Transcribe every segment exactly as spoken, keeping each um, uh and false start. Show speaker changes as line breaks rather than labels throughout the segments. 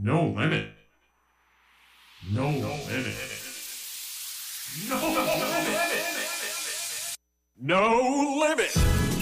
No limit. No limit. No limit. No limit.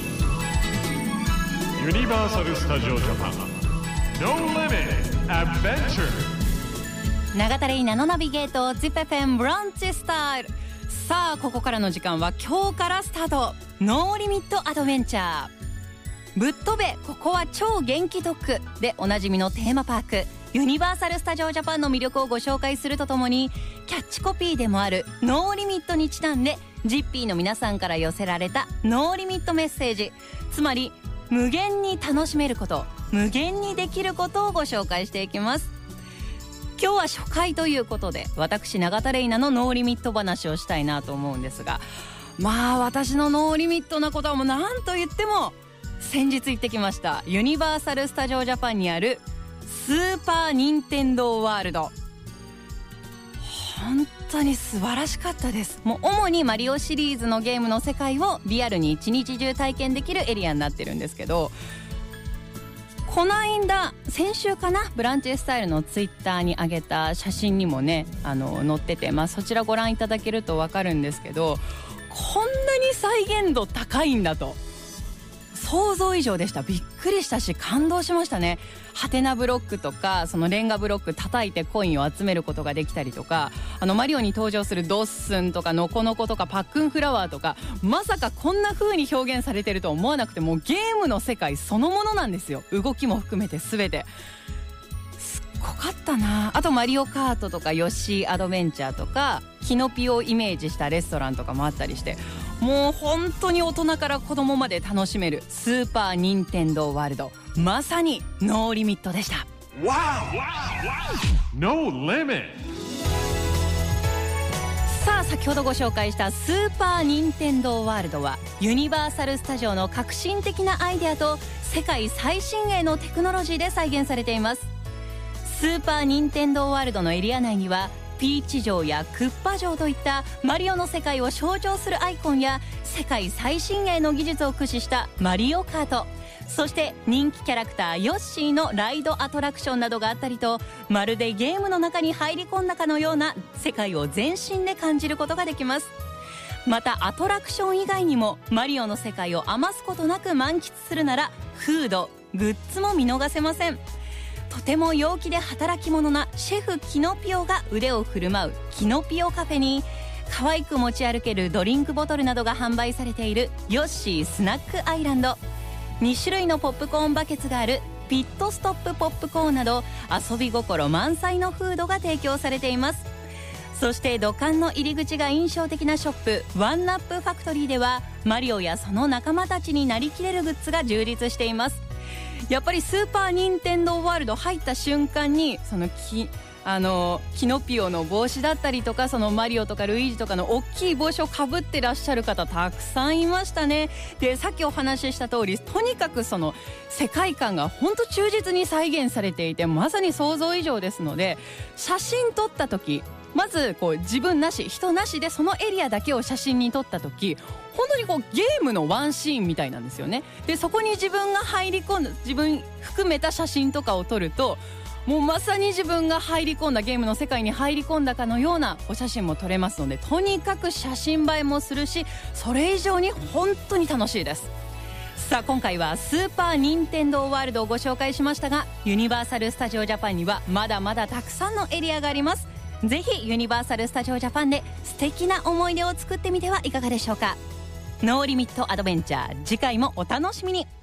Universal Studio Japan. No limit adventure.
永田レイナのナビゲート ゼップエフエム ブランチスタイル。さあここからの時間は今日からスタート、ノーリミットアドベンチャー。ぶっ飛べここは超元気特区でおなじみのテーマパークユニバーサル・スタジオ・ジャパンの魅力をご紹介するとともに、キャッチコピーでもあるノーリミットにちなんでジッピーの皆さんから寄せられたノーリミットメッセージ、つまり無限に楽しめること、無限にできることをご紹介していきます。今日は初回ということで、私永田レイナのノーリミット話をしたいなと思うんですが、まあ私のノーリミットなことはもう何と言っても、先日行ってきましたユニバーサル・スタジオ・ジャパンにあるスーパー・ニンテンドー・ワールド。本当に素晴らしかったです。もう主にマリオシリーズのゲームの世界をリアルに一日中体験できるエリアになってるんですけど、この間先週かな、ブランチスタイルのツイッターに上げた写真にもねあの載ってて、まあ、そちらご覧いただけると分かるんですけど、こんなに再現度高いんだと想像以上でした。びっくりしたし感動しましたね。ハテナブロックとかそのレンガブロック叩いてコインを集めることができたりとか、あのマリオに登場するドッスンとかノコノコとかパックンフラワーとか、まさかこんな風に表現されてると思わなくて、もうゲームの世界そのものなんですよ。動きも含めて全てすっごかったな。あとマリオカートとかヨッシーアドベンチャーとかキノピオをイメージしたレストランとかもあったりして、もう本当に大人から子供まで楽しめるスーパー・ニンテンドー・ワールド、まさにノーリミットでした。
Wow! No limit.
さあ先ほどご紹介したスーパー・ニンテンドー・ワールドはユニバーサル・スタジオの革新的なアイデアと世界最新鋭のテクノロジーで再現されています。スーパー・ニンテンドー・ワールドのエリア内にはピーチ城やクッパ城といったマリオの世界を象徴するアイコンや世界最新鋭の技術を駆使したマリオカート、そして人気キャラクターヨッシーのライドアトラクションなどがあったりと、まるでゲームの中に入り込んだかのような世界を全身で感じることができます。またアトラクション以外にもマリオの世界を余すことなく満喫するならフード、グッズも見逃せません。とても陽気で働き者なシェフキノピオが腕を振る舞うキノピオカフェに、可愛く持ち歩けるドリンクボトルなどが販売されているヨッシースナックアイランド、に種類のポップコーンバケツがあるピットストップポップコーンなど遊び心満載のフードが提供されています。そして土管の入り口が印象的なショップワンナップファクトリーではマリオやその仲間たちになりきれるグッズが充実しています。やっぱりスーパー・ニンテンドー・ワールド入った瞬間にそのきあのキノピオの帽子だったりとか、そのマリオとかルイージとかの大きい帽子をかぶってらっしゃる方たくさんいましたね。でさっきお話しした通り、とにかくその世界観が本当忠実に再現されていて、まさに想像以上ですので、写真撮った時まずこう自分なし人なしでそのエリアだけを写真に撮った時、本当にこうゲームのワンシーンみたいなんですよね。でそこに自分が入り込んだ、自分含めた写真とかを撮ると、もうまさに自分が入り込んだゲームの世界に入り込んだかのようなお写真も撮れますので、とにかく写真映えもするし、それ以上に本当に楽しいです。さあ今回はスーパー・ニンテンドー・ワールドをご紹介しましたが、ユニバーサル・スタジオ・ジャパンにはまだまだたくさんのエリアがあります。ぜひユニバーサル・スタジオ・ジャパンで素敵な思い出を作ってみてはいかがでしょうか。ノーリミットアドベンチャー、次回もお楽しみに。